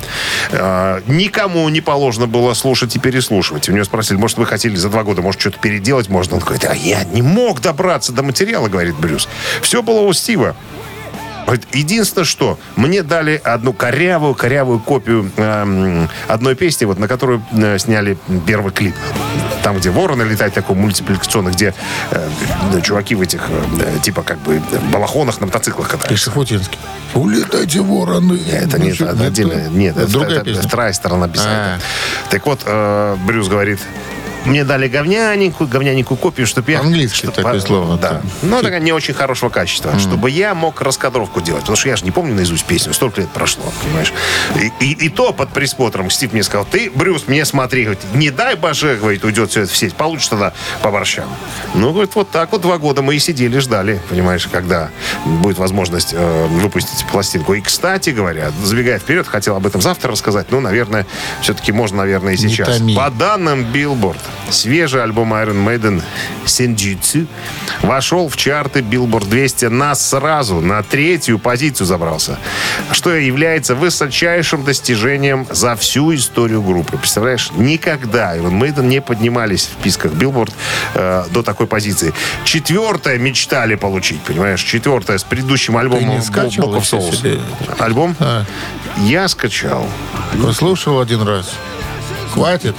Никому не положено было слушать и переслушивать. У него спросили, может, вы хотели за 2 года, может, что-то переделать можно? Он говорит, я не мог добраться до материала, говорит Брюс. Все было у Стива. Единственное, что мне дали одну корявую копию одной песни, вот, на которую сняли первый клип. Там, где вороны летают, такой мультипликационный, где чуваки в этих, типа, как бы, балахонах на мотоциклах катаются. И Шафутинский. Улетайте, вороны. Это нет, отдельно. Нет, это другая песня. Вторая сторона писания. Так вот, Брюс говорит, мне дали говняненькую копию, чтобы я... Английский такое слово. Да. Но такая не очень хорошего качества. Чтобы я мог раскадровку делать. Потому что я же не помню наизусть песню. Столько лет прошло, понимаешь. И то под присмотром Стив мне сказал, ты, Брюс, мне смотри, говорит, не дай боже, говорит, уйдет все это в сеть. Получишь тогда по борщам. Ну, говорит, вот так вот 2 года мы и сидели, ждали, понимаешь, когда будет возможность выпустить пластинку. И, кстати говоря, забегая вперед, хотел об этом завтра рассказать. Ну, наверное, все-таки можно, наверное, и сейчас. По данным Billboard, свежий альбом Iron Maiden «Синджитсу» вошел в чарты Billboard 200 сразу на 3-ю позицию забрался, что является высочайшим достижением за всю историю группы. Представляешь, никогда Iron Maiden не поднимались в списках Billboard до такой позиции. 4-е мечтали получить, понимаешь? 4-е с предыдущим альбомом Book of Souls. Альбом? Я скачал. Послушал 1 раз. Хватит?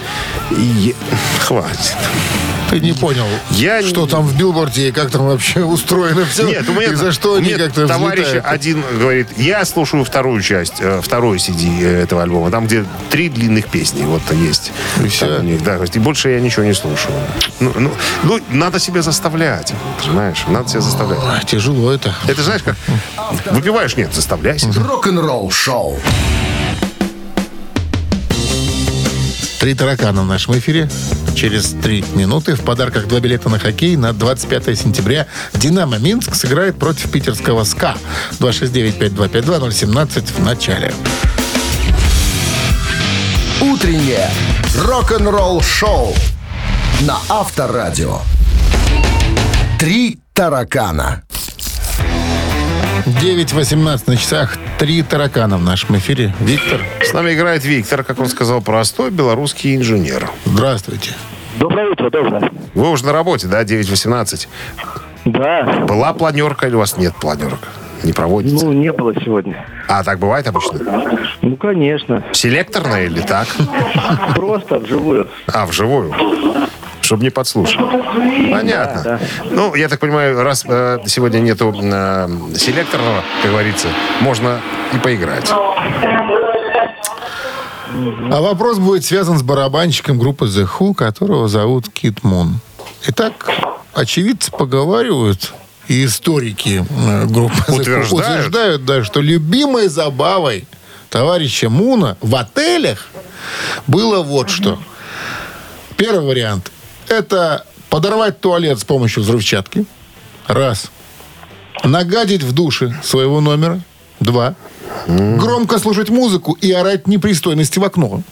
Хватит. Ты не понял, что там в Билборде и как там вообще устроено все? Нет, у меня, и за что они как-то товарищ взлетают? Один говорит, я слушаю вторую часть, второй CD этого альбома, там, где 3 длинных песни вот есть. И все? Да, и больше я ничего не слушаю. Ну, надо себя заставлять, понимаешь? Надо себя заставлять. Ой, тяжело это. Это знаешь, как выпиваешь? Нет, заставляйся. Рок-н-ролл шоу. 3 таракана в нашем эфире. Через 3 минуты в подарках 2 билета на хоккей на 25 сентября. «Динамо» Минск сыграет против питерского «СКА». 269-5252-017 в начале. Утреннее рок-н-ролл шоу на Авторадио. 3 таракана. 9:18 на часах. 3 таракана в нашем эфире. Виктор. С нами играет Виктор, как он сказал, простой белорусский инженер. Здравствуйте. Доброе утро, доброе. Вы уже на работе, да, 9:18? Да. Была планерка или у вас нет планерок? Не проводится? Ну, не было сегодня. А так бывает обычно? Ну, конечно. Селекторная или так? Просто вживую. А, вживую? Чтобы не подслушать. Понятно. Да. Ну, я так понимаю, раз сегодня нету селекторного, как говорится, можно и поиграть. А вопрос будет связан с барабанщиком группы The Who, которого зовут Кит Мун. Итак, очевидцы поговаривают, и историки группы The Who утверждают, да, что любимой забавой товарища Муна в отелях было вот что. Первый вариант – это подорвать туалет с помощью взрывчатки. Раз. Нагадить в душе своего номера. Два. Громко слушать музыку и орать непристойности в окно.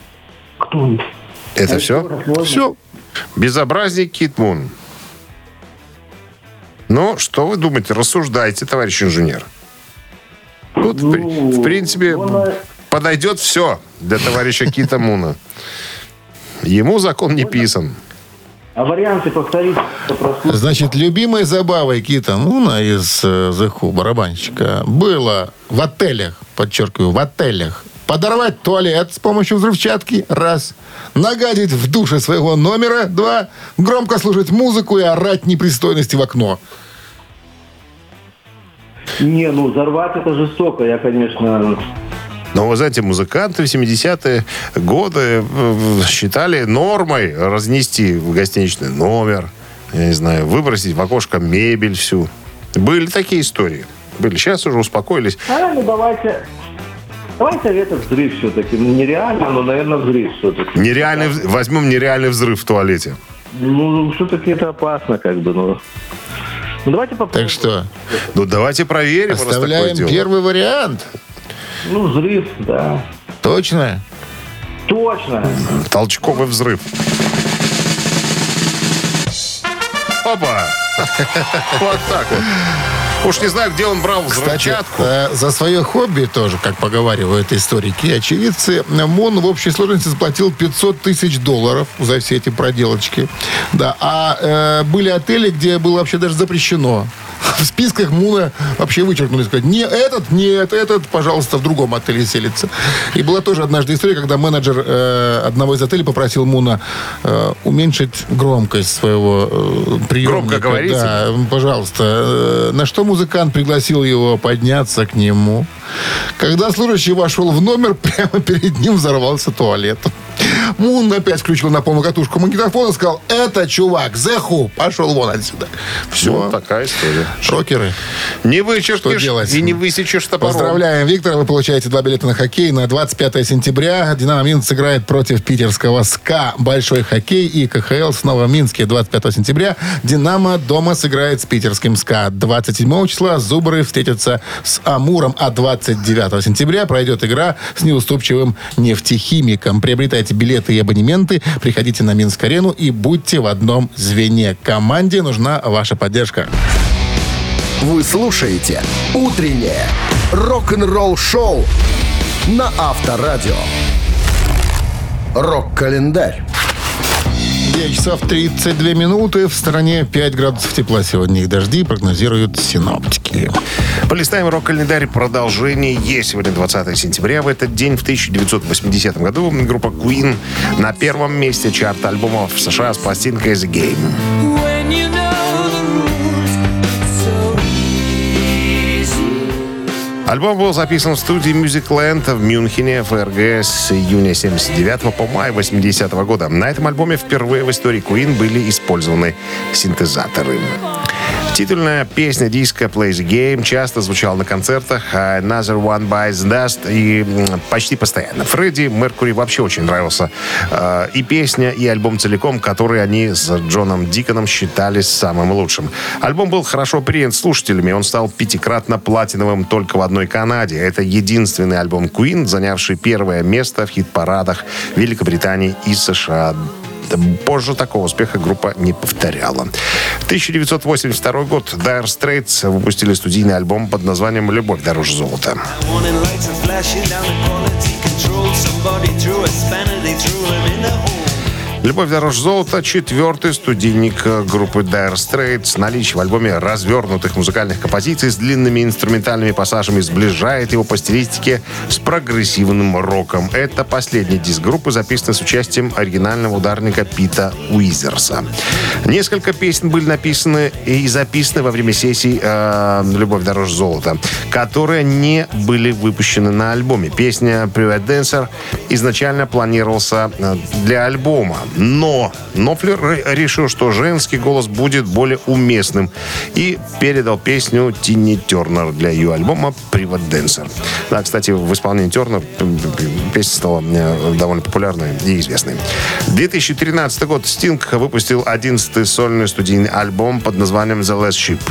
Это все? Все. Безобразие Кит Мун. Ну, что вы думаете? Рассуждайте, товарищ инженер. Тут, в принципе, подойдет все для товарища Кита Муна. Ему закон не писан. А варианты повторить? Значит, любимой забавой Кита Муна из The Who, барабанщика, было в отелях, подчеркиваю, в отелях, подорвать туалет с помощью взрывчатки. Раз. Нагадить в душе своего номера. Два. Громко слушать музыку и орать непристойности в окно. Не, ну взорвать это жестоко. Я, конечно... Но, вы знаете, музыканты в 70-е годы считали нормой разнести в гостиничный номер, я не знаю, выбросить в окошко мебель всю. Были такие истории. Были. Сейчас уже успокоились. Ну, давайте это взрыв все-таки. Ну, нереально, но, наверное, взрыв все-таки. Возьмем нереальный взрыв в туалете. Ну, все-таки это опасно, как бы, ну... Ну, давайте попробуем. Так что? Ну, давайте проверим. Оставляем первый вариант. Ну, взрыв, да. Точно? Точно. Толчковый взрыв. Опа! Вот так вот. Уж не знаю, где он брал взрывчатку. Кстати, за свое хобби тоже, как поговаривают историки и очевидцы, Мун в общей сложности заплатил $500 тысяч за все эти проделочки. Да, а были отели, где было вообще даже запрещено. В списках Муна вообще вычеркнули. Сказать, не этот, нет, этот, пожалуйста, в другом отеле селится. И была тоже однажды история, когда менеджер одного из отелей попросил Муна уменьшить громкость своего приемника. Громко говорите? Да, пожалуйста. На что музыкант пригласил его подняться к нему. Когда служащий вошел в номер, прямо перед ним взорвался туалет. Мун опять включил на полную катушку магнитофон и сказал: это, чувак, The Who, пошел вон отсюда. Все. Вот такая история. Шокеры. Не вычеркнешь и не высечешь топором. Поздравляем, Виктор. Вы получаете 2 билета на хоккей на 25 сентября. «Динамо Минск» сыграет против питерского СКА. Большой хоккей и КХЛ снова в Минске 25 сентября. «Динамо» дома сыграет с питерским СКА. 27 числа «Зубры» встретятся с «Амуром», а 29 сентября пройдет игра с неуступчивым «Нефтехимиком». Приобретайте билеты и абонементы, приходите на Минск-арену и будьте в одном звене. Команде нужна ваша поддержка. Вы слушаете «Утреннее рок-н-ролл-шоу» на Авторадио. Рок-календарь. 9 часов 32 минуты. В стране 5 градусов тепла сегодня. И дожди прогнозируют синоптики. Полистаем рок-календарь. Продолжение. Сегодня 20 сентября. В этот день, в 1980 году, группа Queen на первом месте чарта альбомов в США с пластинкой «The Game». Альбом был записан в студии Musicland в Мюнхене, ФРГ, с июня 79 по май 80 года. На этом альбоме впервые в истории Queen были использованы синтезаторы. Титульная песня диска «Play the Game» часто звучала на концертах, а «Another One Bites the Dust» и почти постоянно. Фредди Меркьюри вообще очень нравился и песня, и альбом целиком, который они с Джоном Диконом считали самым лучшим. Альбом был хорошо принят слушателями, он стал 5-кратно платиновым только в одной Канаде. Это единственный альбом Queen, занявший первое место в хит-парадах Великобритании и США. Позже такого успеха группа не повторяла. 1982 год. Dire Straits выпустили студийный альбом под названием «Любовь дороже золота». «Любовь дороже золота» — 4-й студийник группы Dire Straits. Наличие в альбоме развернутых музыкальных композиций с длинными инструментальными пассажами сближает его по стилистике с прогрессивным роком. Это последний диск группы, записанный с участием оригинального ударника Пита Уизерса. Несколько песен были написаны и записаны во время сессий «Любовь дороже золота», которые не были выпущены на альбоме. Песня «Private Dancer» изначально планировался для альбома. Но Knopfler решил, что женский голос будет более уместным и передал песню Тинни Тернер для ее альбома «Private Dancer». Да, кстати, в исполнении Тернер песня стала довольно популярной и известной. 2013 год. Стинг выпустил 11-й сольный студийный альбом под названием «The Last Ship».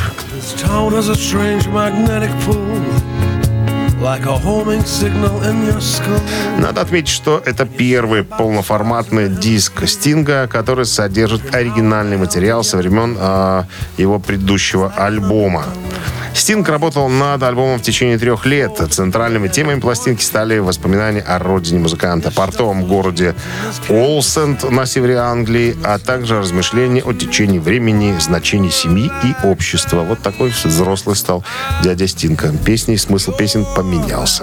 Надо отметить, что это первый полноформатный диск Стинга, который содержит оригинальный материал со времен его предыдущего альбома. Стинг работал над альбомом в течение 3 лет. Центральными темами пластинки стали воспоминания о родине музыканта, портовом городе Олсенд на севере Англии, а также размышления о течении времени, значении семьи и общества. Вот такой взрослый стал дядя Стинга. Песни и смысл песен поменялся.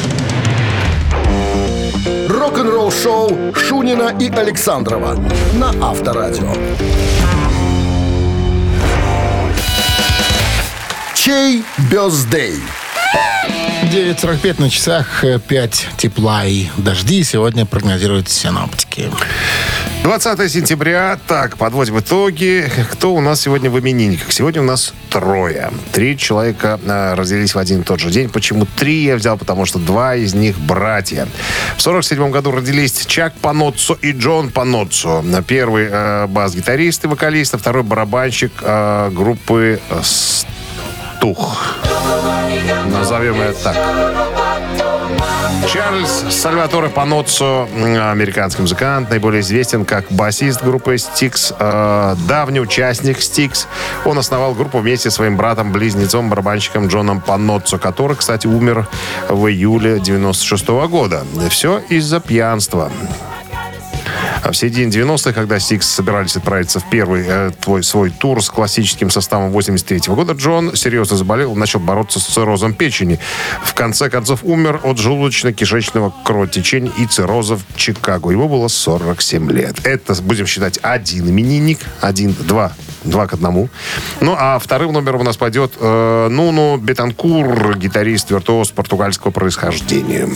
Рок-н-ролл шоу Шунина и Александрова на Авторадио. Чей бёздей? 9:45 на часах, 5 тепла и дожди сегодня прогнозируют синоптики. 20 сентября. Так, подводим итоги. Кто у нас сегодня в именинниках? Сегодня у нас 3. 3 человека родились в один и тот же день. Почему 3 я взял? Потому что 2 из них братья. В 1947 году родились Чак Паноццо и Джон Паноццо. Первый бас-гитарист и вокалист, а второй барабанщик группы «Стух». Назовем это так. Чарльз Сальваторе Паноццо, американский музыкант, наиболее известен как басист группы Styx, давний участник Styx. Он основал группу вместе со своим братом-близнецом, барабанщиком Джоном Паноццо, который, кстати, умер в июле 1996 года. Все из-за пьянства. В середине 90-х, когда Styx собирались отправиться в первый свой тур с классическим составом 83 года, Джон серьезно заболел и начал бороться с циррозом печени. В конце концов умер от желудочно-кишечного кровотечения и цирроза в Чикаго. Ему было 47 лет. Это, будем считать, один именинник. 2 к 1. Ну, а вторым номером у нас пойдет Нуну Бетанкур, гитарист-виртуоз португальского происхождения.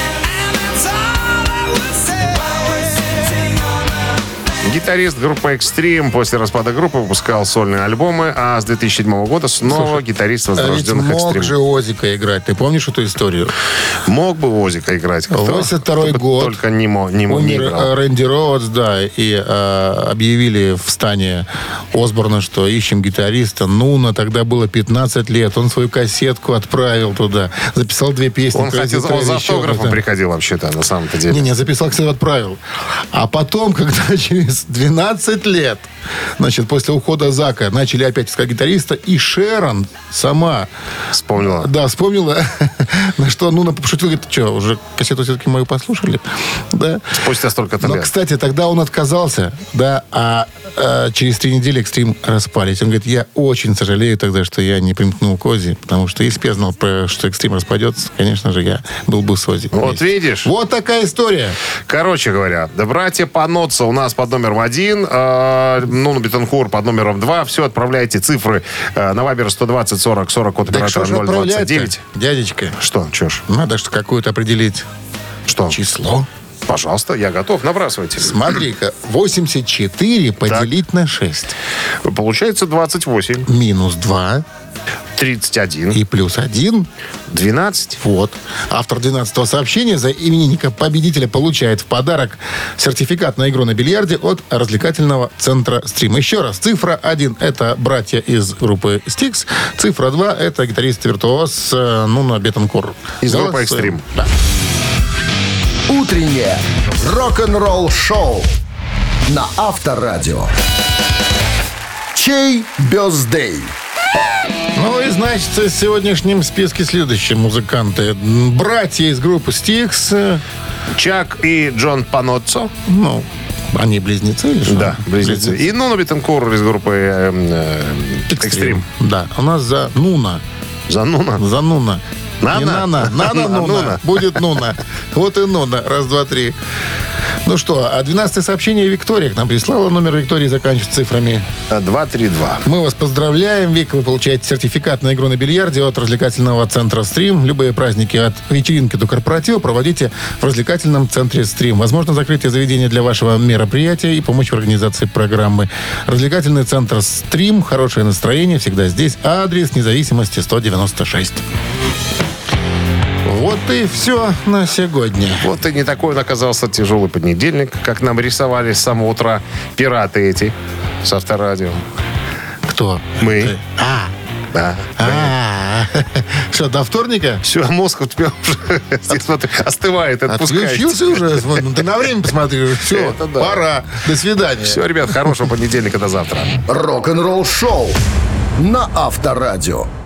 Гитарист группы Extreme после распада группы выпускал сольные альбомы, а с 2007 года снова гитарист возрожденных Extreme. Мог же Озика играть. Ты помнишь эту историю? Мог бы Озика играть. 82 год. Только не играл. Рэнди Роудс, да, и объявили в стане Осборна, что ищем гитариста. Нуна, тогда было 15 лет. Он свою кассетку отправил туда. Записал 2 песни. Он хотел, он за автографом приходил вообще-то, на самом-то деле. Не, записал, кстати, отправил. А потом, когда через 12 лет, значит, после ухода Зака, начали опять искать гитариста, и Шерон сама вспомнила. Да, вспомнила, на что Нуна пошутил, говорит, что, уже кассету все-таки мою послушали? Да. Спустя столько-то лет. Но, кстати, тогда он отказался, да, а через 3 недели Экстрим распались. Он говорит, я очень сожалею тогда, что я не примкнул к Ози, потому что если бы я знал, что Экстрим распадется, конечно же, я был бы с Ози. Вот видишь? Вот такая история. Короче говоря, да, братья Паноццо у нас под номером 1, Нуну Бетанкур под номером 2. Все, отправляйте цифры на Вайбер 120 40 40 код оператора 029. Дядечка. Что, чё ж? Надо же какое-то определить. Что? Число. Пожалуйста, я готов. Набрасывайте. Смотри-ка, 84 поделить на 6. Получается 28. Минус 2. 31. И плюс 1. 12. Вот. Автор 12-го сообщения за именинника победителя получает в подарок сертификат на игру на бильярде от развлекательного центра «Стрим». Еще раз. Цифра 1 – это братья из группы Styx. Цифра 2 – это гитарист-виртуоз Нуна Бетанкур. Из группы Extreme. Да. Утреннее рок-н-ролл шоу на Авторадио. Чей бездей? Ну и, значит, в сегодняшнем списке следующие музыканты. Братья из группы Styx. Чак и Джон Паноццо. Ну, они близнецы или что? Да, близнецы. И Нуна Беттенкур из группы Экстрим. Да, у нас за Нуна. За Нуна? За Нуна. Нана? Не Нана, Нана Нуна. Нуна. Будет Нуна. Вот и Нуна. Раз, два, три. Ну что, 12-е сообщение Виктория к нам прислала. Номер Виктории заканчивается цифрами 232. Мы вас поздравляем, Вик. Вы получаете сертификат на игру на бильярде от развлекательного центра «Стрим». Любые праздники от вечеринки до корпоратива проводите в развлекательном центре «Стрим». Возможно, закрытие заведения для вашего мероприятия и помощь в организации программы. Развлекательный центр «Стрим». Хорошее настроение всегда здесь. Адрес Независимости 196. Вот и все на сегодня. Вот и не такой он оказался тяжелый понедельник, как нам рисовали с самого утра пираты эти с Авторадио. Кто? Мы. Да. Что, до вторника? Все, мозг у тебя уже остывает, отпускает. Отключился уже? Ну, ты на время посмотри. Все, пора. До свидания. Все, ребят, хорошего понедельника, до завтра. Рок-н-ролл шоу на Авторадио.